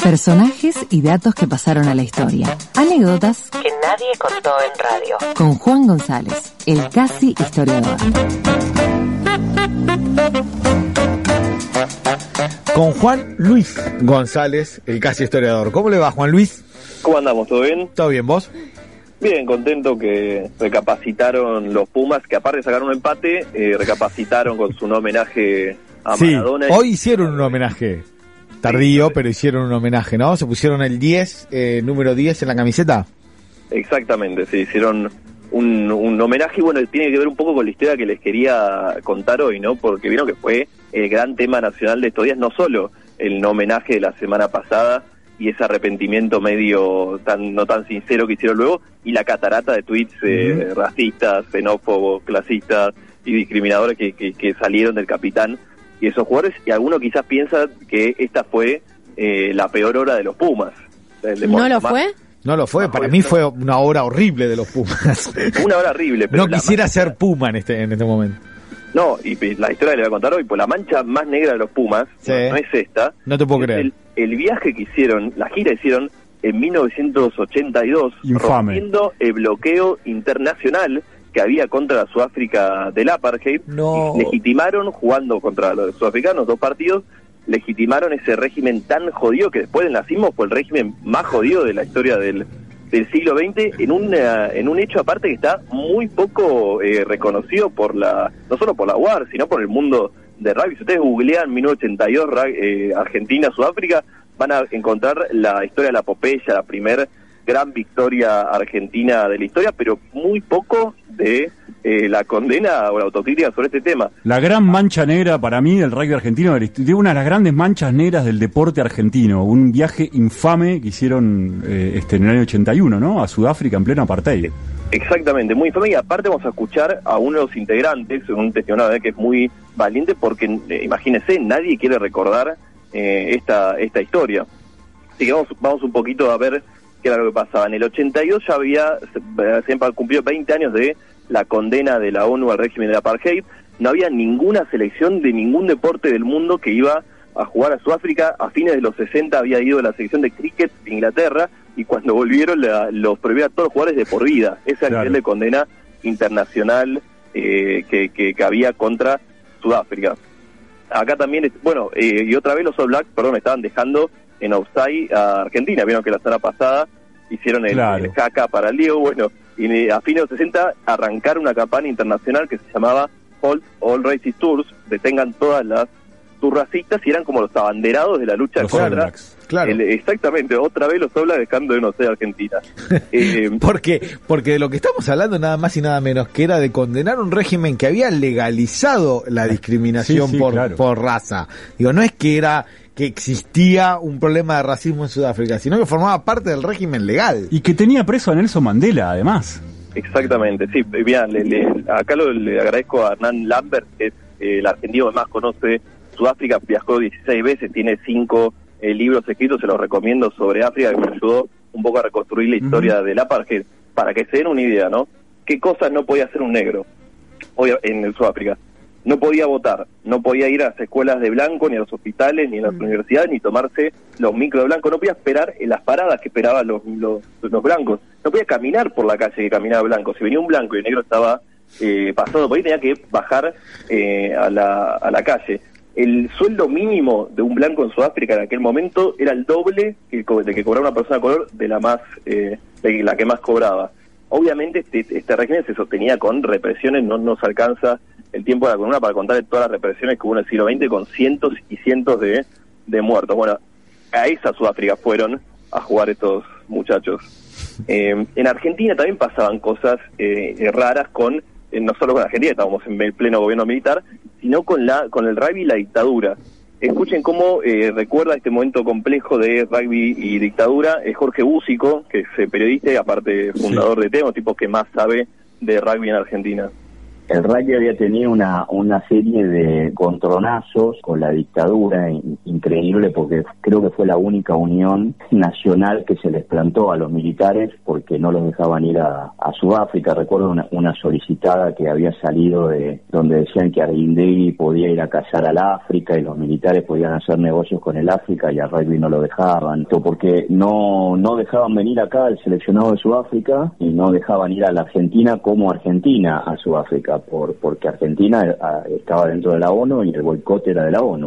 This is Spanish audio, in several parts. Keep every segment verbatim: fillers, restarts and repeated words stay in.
Personajes y datos que pasaron a la historia. Anécdotas que nadie contó en radio. Con Juan González, el casi historiador. Con Juan Luis González, el casi historiador. ¿Cómo le va, Juan Luis? ¿Cómo andamos? ¿Todo bien? ¿Todo bien, vos? Bien, contento que recapacitaron los Pumas, que aparte de sacar un empate, eh, recapacitaron con su homenaje a sí, Maradona. Hoy hicieron un homenaje. Tardío, pero hicieron un homenaje, ¿no? Se pusieron el diez, eh, número diez en la camiseta. Exactamente, sí, hicieron un, un homenaje y bueno, tiene que ver un poco con la historia que les quería contar hoy, ¿no? Porque vieron que fue el gran tema nacional de estos días, no solo el no homenaje de la semana pasada y ese arrepentimiento medio tan no tan sincero que hicieron luego, y la catarata de tweets eh, uh-huh. racistas, xenófobos, clasistas y discriminadores que, que, que salieron del capitán y esos jugadores, y alguno quizás piensa que esta fue eh, la peor hora de los Pumas. De ¿No lo fue? No lo fue, para mí fue una hora horrible de los Pumas. Una hora horrible. Pero no quisiera mancha... ser Puma en este, en este momento. No, y la historia que le voy a contar hoy, pues la mancha más negra de los Pumas, sí. no, no es esta. No te puedo creer. El, el viaje que hicieron, la gira que hicieron en mil novecientos ochenta y dos, infame, rompiendo el bloqueo internacional que había contra Sudáfrica del apartheid. No. Legitimaron, jugando contra los sudafricanos, dos partidos, legitimaron ese régimen tan jodido que después del nazismo fue el régimen más jodido de la historia del, del siglo veinte, en un en un hecho aparte que está muy poco eh, reconocido por la, no solo por la U A R, sino por el mundo de rugby. Si ustedes googlean mil novecientos ochenta y dos eh, Argentina, Sudáfrica, van a encontrar la historia de la epopeya, la primer gran victoria argentina de la historia, pero muy poco de eh, la condena o la autocrítica sobre este tema. La gran mancha negra para mí del rugby argentino, de una de las grandes manchas negras del deporte argentino, un viaje infame que hicieron eh, este, en el año ochenta y uno, ¿no? A Sudáfrica en pleno apartheid. Exactamente, muy infame, y aparte vamos a escuchar a uno de los integrantes, un testimonio que es muy valiente, porque eh, imagínense, nadie quiere recordar eh, esta esta historia. Así que vamos, vamos un poquito a ver qué era lo que pasaba. En el ochenta y dos ya había, siempre cumplió veinte años de la condena de la ONU al régimen del apartheid. No había ninguna selección de ningún deporte del mundo que iba a jugar a Sudáfrica. A fines de los sesenta había ido la selección de cricket de Inglaterra, y cuando volvieron la, los prohibieron a todos los jugadores de por vida. Ese es el nivel de condena internacional eh, que, que, que había contra Sudáfrica. Acá también, bueno, eh, y otra vez los All Blacks, perdón, estaban dejando en offside a Argentina. Vieron que la semana pasada hicieron el, claro. el jaca para el Diego. Bueno, y a fines de los sesenta arrancaron una campaña internacional que se llamaba Halt All Racist Tours, detengan todas las tours racistas, y eran como los abanderados de la lucha los contra claro. el, exactamente, otra vez los All Blacks dejando de no ser Argentina. eh, porque porque de lo que estamos hablando nada más y nada menos que era de condenar un régimen que había legalizado la discriminación sí, sí, por, claro. por raza. Digo, no es que era que existía un problema de racismo en Sudáfrica, sino que formaba parte del régimen legal. Y que tenía preso a Nelson Mandela, además. Exactamente, sí. Bien, le, le, acá lo, le agradezco a Hernán Lambert, que es eh, el argentino que más conoce Sudáfrica, viajó dieciséis veces, tiene cinco eh, libros escritos, se los recomiendo, sobre África, que me ayudó un poco a reconstruir la historia uh-huh. del apartheid, para que se den una idea, ¿no? ¿Qué cosas no podía hacer un negro hoy en el Sudáfrica? No podía votar, no podía ir a las escuelas de blanco, ni a los hospitales, ni a las mm. universidades, ni tomarse los micros de blanco, no podía esperar en las paradas que esperaban los, los, los blancos, no podía caminar por la calle que caminaba blanco. Si venía un blanco y el negro estaba eh, pasando por ahí, tenía que bajar eh, a, la, a la calle. El sueldo mínimo de un blanco en Sudáfrica en aquel momento era el doble que, de que cobraba una persona de color, de la más eh, de la que más cobraba. Obviamente este, este régimen se sostenía con represiones, no nos alcanza el tiempo de la columna para contar todas las represiones que hubo en el siglo veinte, con cientos y cientos de, de muertos. Bueno, a esa Sudáfrica fueron a jugar estos muchachos. Eh, en Argentina también pasaban cosas eh, raras con, eh, no solo con Argentina, estábamos en el pleno gobierno militar, sino con la con el rugby y la dictadura. Escuchen cómo eh, recuerda este momento complejo de rugby y dictadura eh, Jorge Búsico, que es eh, periodista y aparte fundador sí. de T E M, tipo que más sabe de rugby en Argentina. El rugby había tenido una una serie de contronazos con la dictadura in, increíble, porque creo que fue la única unión nacional que se les plantó a los militares porque no los dejaban ir a, a Sudáfrica. Recuerdo una, una solicitada que había salido de donde decían que Arguindegui podía ir a cazar al África y los militares podían hacer negocios con el África y al rugby no lo dejaban, todo porque no no dejaban venir acá al seleccionado de Sudáfrica y no dejaban ir a la Argentina como Argentina a Sudáfrica, por porque Argentina a, estaba dentro de la ONU y el boicot era de la ONU.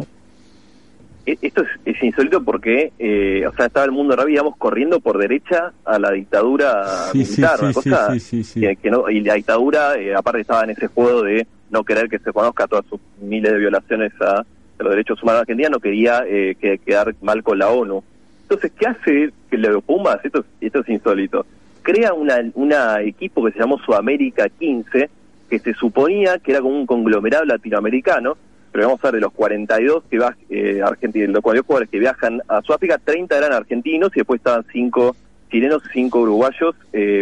Esto es, es insólito porque, eh, o sea, estaba el mundo rugby, digamos, corriendo por derecha a la dictadura sí, militar, sí, una sí, cosa sí, sí, sí. Que, que no, y la dictadura, eh, aparte estaba en ese juego de no querer que se conozca todas sus miles de violaciones a, a los derechos humanos de Argentina, no quería eh, que, quedar mal con la ONU. Entonces, ¿qué hace que los Pumas? Esto, esto es insólito. Crea una, una equipo que se llamó Sudamérica quince, que se suponía que era como un conglomerado latinoamericano, pero vamos a ver, de los cuarenta y dos que va, eh, argentinos, los cuarenta y dos jugadores que viajan a Sudáfrica, treinta eran argentinos y después estaban cinco chilenos, cinco uruguayos eh,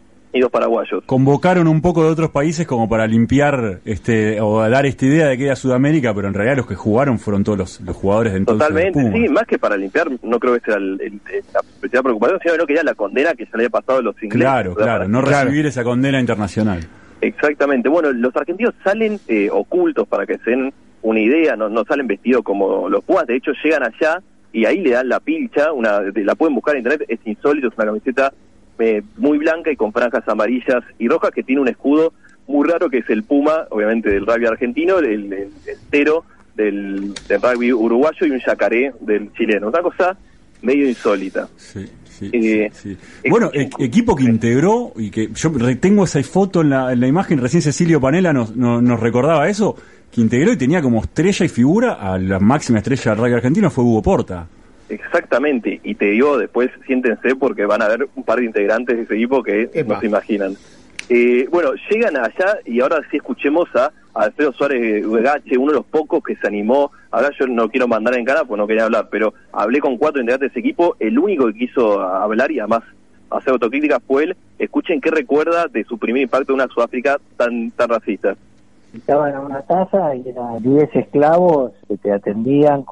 y dos paraguayos. Convocaron un poco de otros países como para limpiar este o dar esta idea de que era Sudamérica, pero en realidad los que jugaron fueron todos los, los jugadores de entonces. Totalmente, sí, más que para limpiar, no creo que ese era el, el, el, la principal preocupación, sino que no quería la condena que se le había pasado a los ingleses. Claro, claro, no claro. recibir esa condena internacional. Exactamente. Bueno, los argentinos salen eh, ocultos, para que se den una idea, no, no salen vestidos como los Pumas, de hecho llegan allá y ahí le dan la pilcha, una la pueden buscar en internet, es insólito, es una camiseta eh, muy blanca y con franjas amarillas y rojas que tiene un escudo muy raro que es el Puma, obviamente del rugby argentino, el, el, el cero del, del rugby uruguayo y un yacaré del chileno, una cosa medio insólita. Sí. Sí, eh, sí, sí. Bueno, e equipo que integró y que yo tengo esa foto en la, en la imagen, recién Cecilio Panela nos, nos, nos recordaba eso, que integró y tenía como estrella y figura a la máxima estrella del rugby argentino, fue Hugo Porta. Exactamente, y te digo, después siéntense porque van a ver un par de integrantes de ese equipo que Epa. no se imaginan. Eh, bueno, llegan allá y ahora sí escuchemos a Alfredo Suárez Uegache, uno de los pocos que se animó. Ahora yo no quiero mandar en cara porque no quería hablar, pero hablé con cuatro integrantes de ese equipo, el único que quiso hablar y además hacer autocrítica fue él. Escuchen qué recuerda de su primer impacto en una Sudáfrica tan, tan racista. Estaban en una casa y eran diez esclavos que te atendían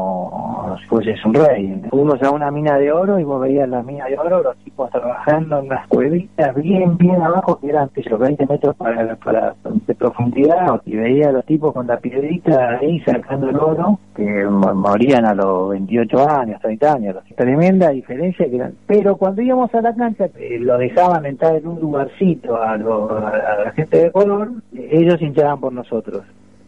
como si fueses un rey. Fuimos a una mina de oro y vos veías la mina de oro, los tipos trabajando en las cuevitas bien, bien abajo, que eran los veinte metros para, para de profundidad, y veías a los tipos con la piedrita ahí sacando el oro, que morían a los veintiocho años, treinta años. Tremenda diferencia que eran. Pero cuando íbamos a la cancha, eh, lo dejaban entrar en un lugarcito a, lo, a, a la gente de color, ellos hinchaban por nosotros.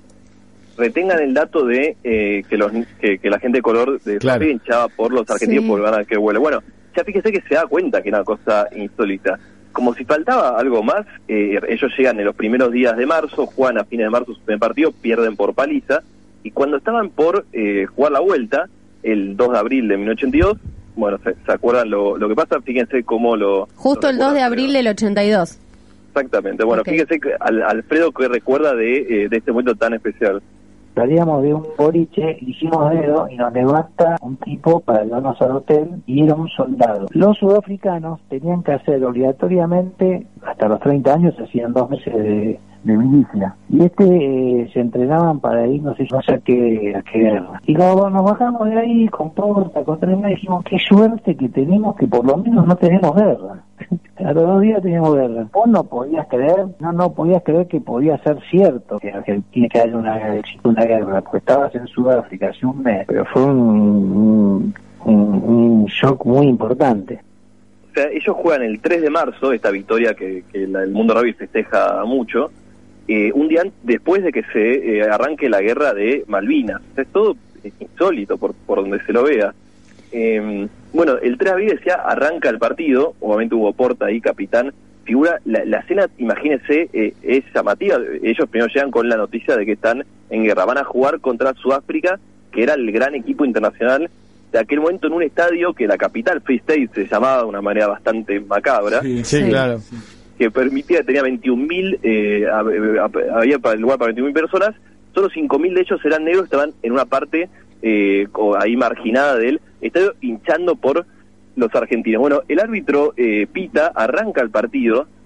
Retengan el dato de eh, que los que, que la gente de color de claro. hinchaba por los argentinos sí. por ganar que vuele. Bueno, ya fíjese que se da cuenta que era una cosa insólita. Como si faltaba algo más, eh, ellos llegan en los primeros días de marzo, juegan a fines de marzo su primer partido, pierden por paliza, y cuando estaban por eh, jugar la vuelta, el dos de abril de mil novecientos ochenta y dos, bueno, ¿se, se acuerdan lo, lo que pasa? Fíjense cómo lo... Justo lo el dos de abril pero... del ochenta y dos. Exactamente, bueno, okay. Fíjense que al, Alfredo que recuerda de, eh, de este momento tan especial. Salíamos de un boliche, hicimos dedo y nos levanta un tipo para llevarnos al hotel y era un soldado. Los sudafricanos tenían que hacer obligatoriamente, hasta los treinta años, hacían dos meses de, de milicia. Y este eh, se entrenaban para ir, no sé, no sé a qué, a qué guerra. Y luego nos bajamos de ahí con Porta, con Tremenda, y dijimos, qué suerte que tenemos que por lo menos no tenemos guerra. A los dos días teníamos guerra. Vos no podías creer, no, no podías creer que podía ser cierto que Argentina que haya una, una guerra, porque estabas en Sudáfrica hace un mes, pero fue un, un, un shock muy importante. O sea, ellos juegan el tres de marzo, esta victoria que, que la, el mundo rugby festeja mucho, eh, un día después de que se eh, arranque la guerra de Malvinas. O sea, es todo es insólito por, por donde se lo vea. Eh, bueno, el tres de abril decía, arranca el partido, obviamente Hugo Porta ahí, capitán, figura, la, la escena, imagínense, eh, es llamativa. Ellos primero llegan con la noticia de que están en guerra, van a jugar contra Sudáfrica, que era el gran equipo internacional de aquel momento en un estadio que la capital, Free State, se llamaba de una manera bastante macabra. Sí, sí, sí. Claro. Que permitía, tenía veintiún mil, eh, había para el lugar para veintiún mil personas, solo cinco mil de ellos eran negros, estaban en una parte eh, ahí marginada del estadio hinchando por los argentinos. Bueno, el árbitro eh, pita, arranca el partido,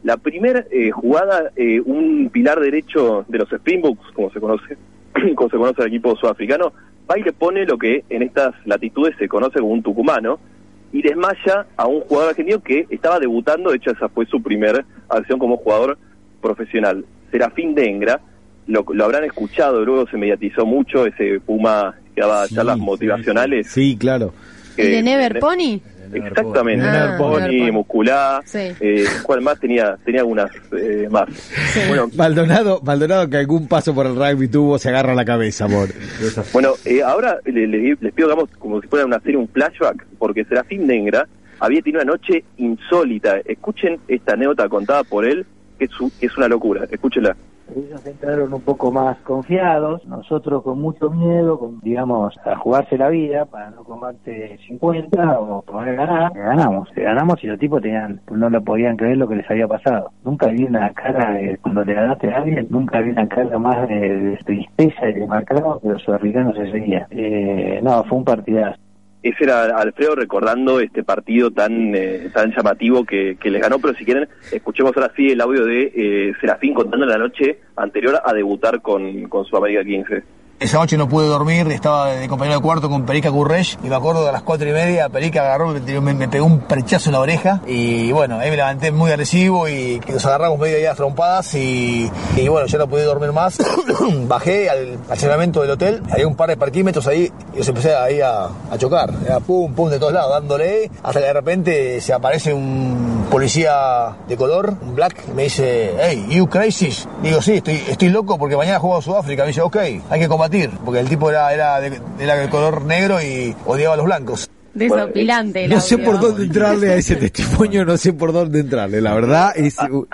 La primera eh, jugada, eh, un pilar derecho de los Springboks, como se conoce, como se conoce el equipo sudafricano, va y le pone lo que en estas latitudes se conoce como un tucumano, y desmaya a un jugador argentino que estaba debutando. De hecho, esa fue su primera acción como jugador profesional. Serafín Dengra, lo, lo habrán escuchado, luego se mediatizó mucho, ese Puma que daba sí, charlas motivacionales. Sí, sí, claro. ¿El de Never Pony? Exactamente, ah, Pony, muscular, sí. eh, ¿cuál más? Tenía tenía algunas eh, más. Sí. Bueno, Maldonado, Maldonado que algún paso por el rugby tuvo, se agarra la cabeza, amor. Bueno, eh, ahora le, le, les pido, digamos, como si fuera una serie, un flashback, porque Serafín Dengra había tenido una noche insólita. Escuchen esta anécdota contada por él, que es, su, que es una locura, escúchenla. Ellos entraron un poco más confiados, nosotros con mucho miedo, con, digamos, a jugarse la vida para no comerte cincuenta o poder ganar. Ganamos, ganamos y los tipos tenían, no lo podían creer lo que les había pasado. Nunca vi una cara, de, cuando le ganaste a alguien, nunca vi una cara más de, de tristeza y de marcado que los sudafricanos se seguían. Eh, no, fue un partidazo. Ese era Alfredo recordando este partido tan eh, tan llamativo que, que les ganó, pero si quieren, escuchemos ahora sí el audio de eh, Serafín contando la noche anterior a debutar con, con Sudamérica quince. Esa noche no pude dormir, estaba de compañero de cuarto con Perica Currech y me acuerdo de las cuatro y media, Perica agarró, me, me pegó un prechazo en la oreja y bueno, ahí me levanté muy agresivo y nos agarramos medio día trompadas y, y bueno, yo no pude dormir más. Bajé al estacionamiento del hotel, había un par de parquímetros ahí y los empecé ahí a, a chocar, era pum, pum de todos lados, dándole, hasta que de repente se aparece un policía de color, un black, y me dice, hey, you crazy? Digo, sí, estoy, estoy loco porque mañana juego a Sudáfrica. Me dice, ok, hay que combatir. Porque el tipo era, era, de, era de color negro y odiaba a los blancos. Desopilante. Bueno, no sé por dónde entrarle a ese testimonio, no sé por dónde entrarle. La verdad es,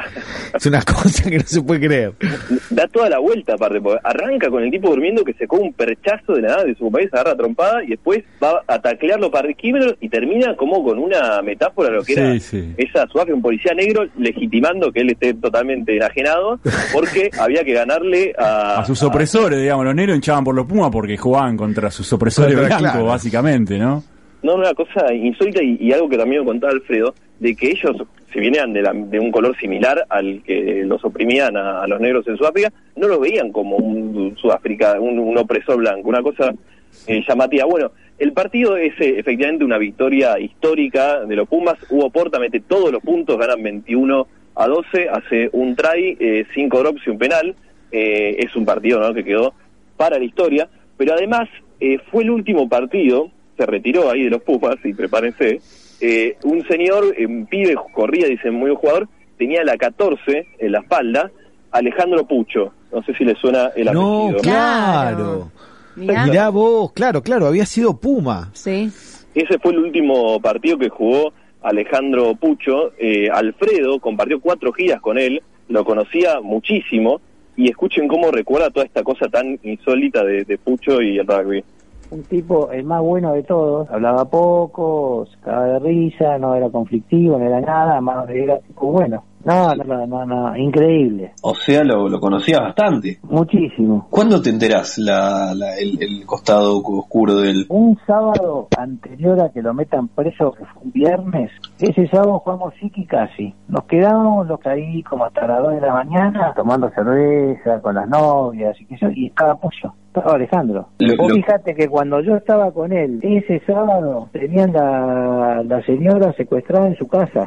es una cosa que no se puede creer. Da toda la vuelta, aparte, porque arranca con el tipo durmiendo que se come un perchazo de la nada de su compañero, se agarra trompada y después va a taclear los parquímetros y termina como con una metáfora de lo que sí, era sí. esa Sudáfrica, un policía negro legitimando que él esté totalmente enajenado porque había que ganarle a... A sus opresores, a, digamos, los negros hinchaban por los Pumas porque jugaban contra sus opresores blancos, claro. Básicamente, ¿no? No, una cosa insólita y, y algo que también me contaba Alfredo, de que ellos, si venían de, la, de un color similar al que los oprimían a, a los negros en Sudáfrica, no los veían como un Sudáfrica, un, un opresor blanco, una cosa eh, llamativa. Bueno, el partido es eh, efectivamente una victoria histórica de los Pumas. Hugo Porta mete todos los puntos, ganan veintiuno a doce, hace un try, eh, cinco drops y un penal. Eh, es un partido, ¿no?, que quedó para la historia, pero además eh, fue el último partido. Se retiró ahí de los Pumas, y prepárense, eh, un señor, eh, un pibe, corría, dicen, muy buen jugador, tenía la catorce en la espalda, Alejandro Pucho, no sé si le suena el apellido. No, claro, mirá. Mirá vos, claro, claro, había sido Puma. Sí. Ese fue el último partido que jugó Alejandro Pucho. eh, Alfredo compartió cuatro giras con él, lo conocía muchísimo, y escuchen cómo recuerda toda esta cosa tan insólita de, de Pucho y el rugby. Un tipo, el más bueno de todos, hablaba poco, se cagaba de risa, no era conflictivo, no era nada, más era tipo bueno. No, no, no, no, no, increíble. O sea, lo, lo conocías bastante. Muchísimo. ¿Cuándo te enterás la, la, el, el costado oscuro del...? Un sábado anterior a que lo metan preso, que fue un viernes, ese sábado jugamos Siki casi. Nos quedamos los que ahí como hasta las dos de la mañana, tomando cerveza con las novias y qué sé yo, y estaba Pucho. Estaba Alejandro. Lo, Vos lo... fíjate que cuando yo estaba con él, ese sábado, tenían la, la señora secuestrada en su casa.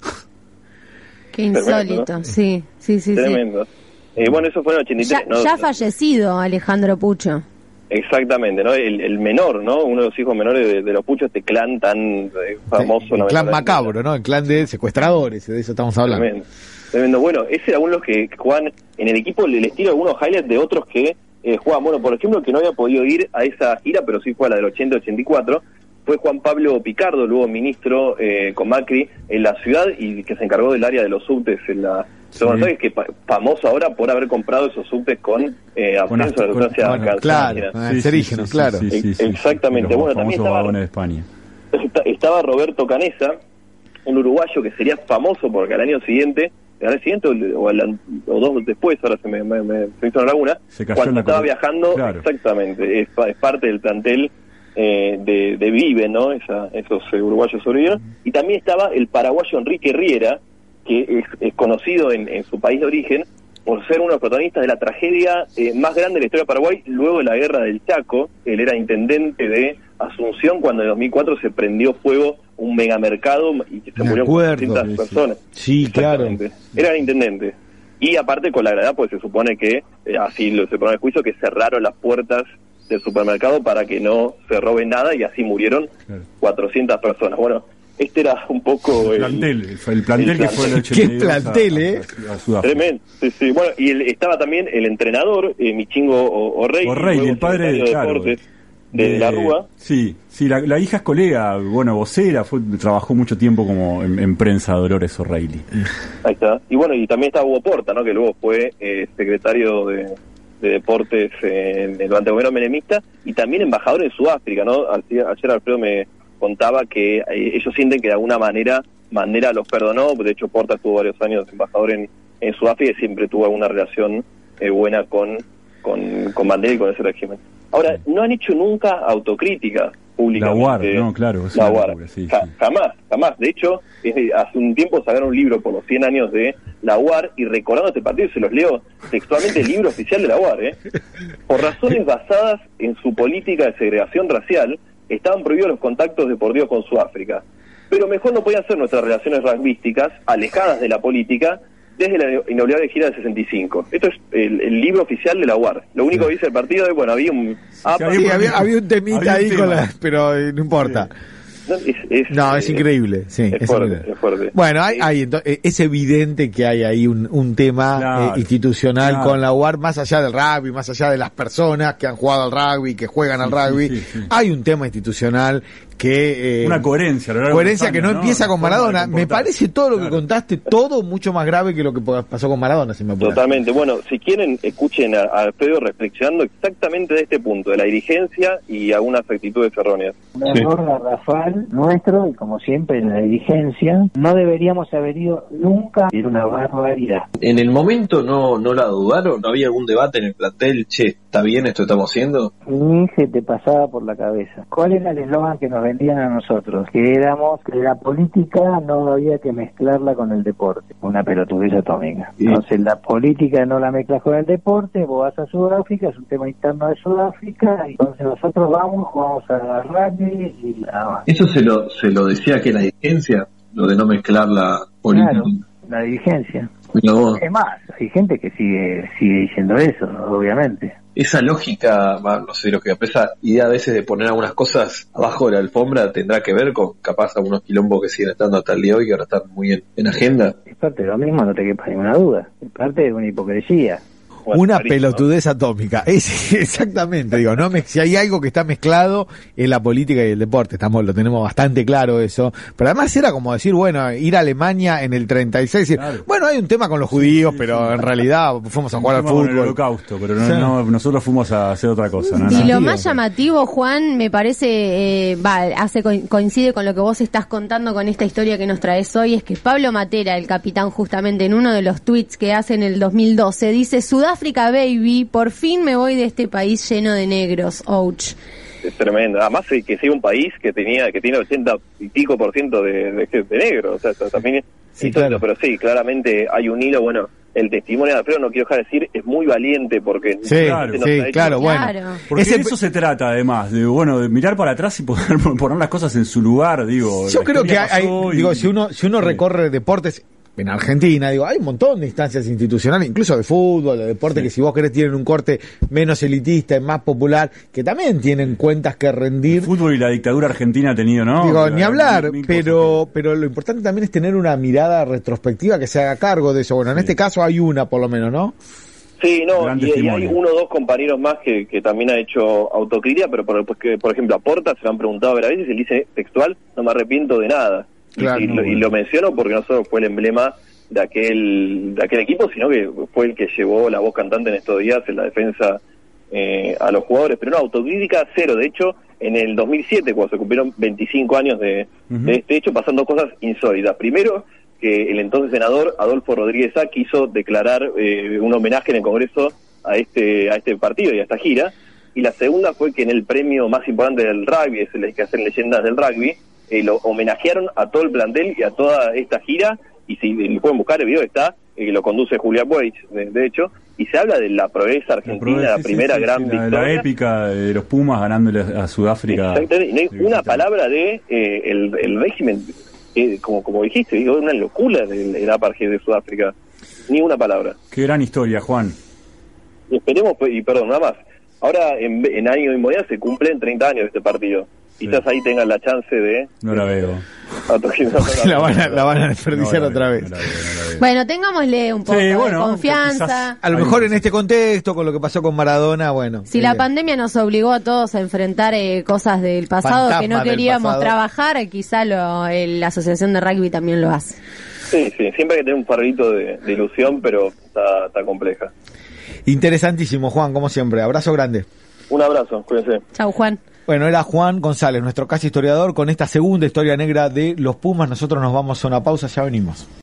Qué insólito, tremendo, ¿no? sí, sí, sí. Tremendo. Sí. Eh, bueno, eso fue en el ochenta y tres. Ya, ¿no? ya fallecido Alejandro Pucho. Exactamente, ¿no? El, el menor, ¿no? Uno de los hijos menores de, de los Puchos, este clan tan eh, famoso. Sí, el clan macabro, ¿no? El clan de secuestradores, de eso estamos hablando. Tremendo. Tremendo. Bueno, ese era uno de los que juegan en el equipo, le les tiro algunos highlights de otros que eh, juegan. Bueno, por ejemplo, el que no había podido ir a esa gira, pero sí fue a la del ochenta ochenta y cuatro, fue Juan Pablo Picardo, luego ministro eh, con Macri en la ciudad y que se encargó del área de los subtes en la sí. Buenos que pa- famoso ahora por haber comprado esos subtes con eh, absenso de la sustancia bueno, claro, cancerígenos, sí, sí, claro. Sí, sí, sí, sí, exactamente. Sí, bueno, también estaba, de España. estaba Roberto Canesa, un uruguayo que sería famoso porque al año siguiente, al año siguiente o, al, o dos después, ahora se me, me, me se hizo una laguna, cuando estaba con... viajando, claro. Exactamente, es, es parte del plantel Eh, de, de Vive, ¿no? Esa, esos eh, uruguayos sobrevivieron. Y también estaba el paraguayo Enrique Riera, que es, es conocido en, en su país de origen por ser uno de los protagonistas de la tragedia eh, más grande de la historia de Paraguay luego de la guerra del Chaco. Él era intendente de Asunción cuando en dos mil cuatro se prendió fuego un megamercado y que se murieron cuatrocientas personas. Sí, claro. Era intendente. Y aparte con la gravedad, pues se supone que, eh, así lo se pone el juicio, que cerraron las puertas del supermercado para que no se robe nada y así murieron claro. cuatrocientas personas. Bueno, este era un poco... El plantel, el, el plantel el que fue el ochenta y dos. ¿Qué plantel, a, eh? A, a Tremendo, sí, sí. Bueno, y el, estaba también el entrenador, eh, Michingo O'Reilly. O'Reilly, el padre de, claro, deportes de, de la Rúa. Sí, sí, la, la hija es colega, bueno, vocera, fue, trabajó mucho tiempo como en, en prensa, Dolores O'Reilly. Ahí está. Y bueno, y también estaba Hugo Porta, ¿no? Que luego fue eh, secretario de... de deportes eh, durante el gobierno menemista y también embajador en Sudáfrica, ¿no? Ayer, ayer Alfredo me contaba que eh, ellos sienten que de alguna manera Mandela los perdonó. De hecho, Porta estuvo varios años embajador en, en Sudáfrica y siempre tuvo alguna relación eh, buena con, con, con Mandela y con ese régimen. Ahora, no han hecho nunca autocrítica pública. La U A R, no, claro. La U A R, sí, ja, sí. Jamás, jamás. De hecho, desde hace un tiempo sacaron un libro por los cien años de la U A R y recordando este partido, se los leo textualmente, el libro oficial de la U A R, ¿eh? Por razones basadas en su política de segregación racial, estaban prohibidos los contactos deportivos con Sudáfrica. Pero mejor no podían ser nuestras relaciones rugbyísticas, alejadas de la política, desde la inolvidable gira del sesenta y cinco. Esto es el, el libro oficial de la U A R. Lo único que dice el partido es, bueno, había un... Ah, sí, había, había, había un temita había un ahí, tema. Con la, pero eh, no importa. Sí. No, es, es, no, es increíble, sí. Es, es fuerte, increíble. es fuerte. Bueno, hay, hay, es evidente que hay ahí un, un tema claro, eh, institucional claro. con la U A R, más allá del rugby, más allá de las personas que han jugado al rugby, que juegan sí, al rugby. Sí, sí, sí. Hay un tema institucional que... Eh, Una coherencia. Coherencia años, que no, no empieza con Maradona. Me parece todo lo claro. que contaste, todo mucho más grave que lo que pasó con Maradona, si me apura. Totalmente. Bueno, si quieren, escuchen a, a Alfredo reflexionando exactamente de este punto, de la dirigencia y algunas actitudes erróneas. Un error sí. garrafal nuestro, y como siempre en la dirigencia, no deberíamos haber ido nunca, era una barbaridad. En el momento no, no la dudaron, no había algún debate en el plantel, che, ¿está bien esto que estamos haciendo? Ni se te pasaba por la cabeza. ¿Cuál era el eslogan que nos vendían a nosotros? Que éramos, que la política no había que mezclarla con el deporte, una pelotudez atómica. Sí. Entonces la política no la mezclas con el deporte, vos vas a Sudáfrica, es un tema interno de Sudáfrica, y entonces nosotros vamos, jugamos a rugby y nada más. Eso se lo, se lo decía que la dirigencia, lo de no mezclar la política. Claro, la dirigencia. Es más, hay gente que sigue sigue diciendo eso, obviamente. Esa lógica, no sé, lo que esa idea a veces de poner algunas cosas abajo de la alfombra tendrá que ver con capaz algunos quilombos que siguen estando hasta el día de hoy, que ahora están muy en, en agenda. Es parte de lo mismo, no te quepa ninguna duda. Es parte de una hipocresía. Bueno, una pelotudez atómica, es exactamente, digo, no me, si hay algo que está mezclado es la política y el deporte, estamos, lo tenemos bastante claro eso, pero además era como decir, bueno, ir a Alemania en el treinta y seis, decir, claro. bueno, hay un tema con los judíos, sí, sí, pero sí. en realidad fuimos a jugar al fútbol. El holocausto, pero no, sí. no, nosotros fuimos a hacer otra cosa. ¿no? Y no, lo no. más llamativo, Juan, me parece, eh, va, hace coincide con lo que vos estás contando con esta historia que nos traes hoy, es que Pablo Matera, el capitán, justamente en uno de los tweets que hace en el dos mil doce, dice, Sudáfrica baby, por fin me voy de este país lleno de negros, ouch. Es tremendo, además que sea un país que tenía que tiene ochenta y pico por ciento de, de, de negros, o sea, también sí, es claro. pero sí, claramente hay un hilo, bueno, el testimonio de Alfredo, no quiero dejar de decir, es muy valiente porque... Sí, claro, sí, hecho, claro, bueno. Porque Ese... de eso se trata, además, de bueno, de mirar para atrás y poder poner las cosas en su lugar, digo. Yo creo que hay, y... digo, si uno, si uno sí. recorre deportes... En Argentina, digo, hay un montón de instancias institucionales, incluso de fútbol, de deporte, sí. que si vos querés tienen un corte menos elitista y más popular, que también tienen cuentas que rendir. El fútbol y la dictadura argentina ha tenido, ¿no? Digo, ni hablar, pero que... pero lo importante también es tener una mirada retrospectiva que se haga cargo de eso. Bueno, en sí. este caso hay una, por lo menos, ¿no? Sí, no, y, y hay uno o dos compañeros más que, que también han hecho autocrítica, pero por, porque, por ejemplo, a Porta se lo han preguntado a ver a veces, él dice textual, no me arrepiento de nada. Claro, y, no, y, y lo menciono porque no solo fue el emblema de aquel de aquel equipo, sino que fue el que llevó la voz cantante en estos días en la defensa eh, a los jugadores. Pero no, autocrítica cero. De hecho, en el dos mil siete, cuando se cumplieron veinticinco años de, uh-huh. de este hecho, pasan dos cosas insólitas. Primero, que el entonces senador Adolfo Rodríguez Sá quiso declarar eh, un homenaje en el Congreso a este a este partido y a esta gira. Y la segunda fue que en el premio más importante del rugby, es el que hacen leyendas del rugby, Eh, lo homenajearon a todo el plantel y a toda esta gira y si lo pueden buscar, el video está, eh, que lo conduce Julián Weich, de, de hecho, y se habla de la proeza argentina, la, proeza, la sí, primera sí, gran sí, victoria. La, la épica de los Pumas ganándole a Sudáfrica. Exactamente, no hay una palabra de eh, el, el régimen, eh, como como dijiste, digo, una locura el, el apartheid de Sudáfrica, ni una palabra. Qué gran historia, Juan. Y esperemos, y perdón, nada más, ahora en, en año de inmunidad se cumplen treinta años de este partido. Sí. Quizás ahí tengan la chance de... No la veo. la, van a, la van a desperdiciar no otra vez. No la veo, no la veo. Bueno, tengámosle un poco sí, bueno, de confianza. Quizás, a lo mejor en este contexto, con lo que pasó con Maradona, bueno. Si eh, la pandemia nos obligó a todos a enfrentar eh, cosas del pasado que no queríamos trabajar, quizá lo, eh, la Asociación de Rugby también lo hace. Sí, sí, siempre hay que tener un farolito de, de ilusión, pero está, está compleja. Interesantísimo, Juan, como siempre. Abrazo grande. Un abrazo, cuídense. Chau, Juan. Bueno, era Juan González, nuestro casi historiador, con esta segunda historia negra de los Pumas. Nosotros nos vamos a una pausa, ya venimos.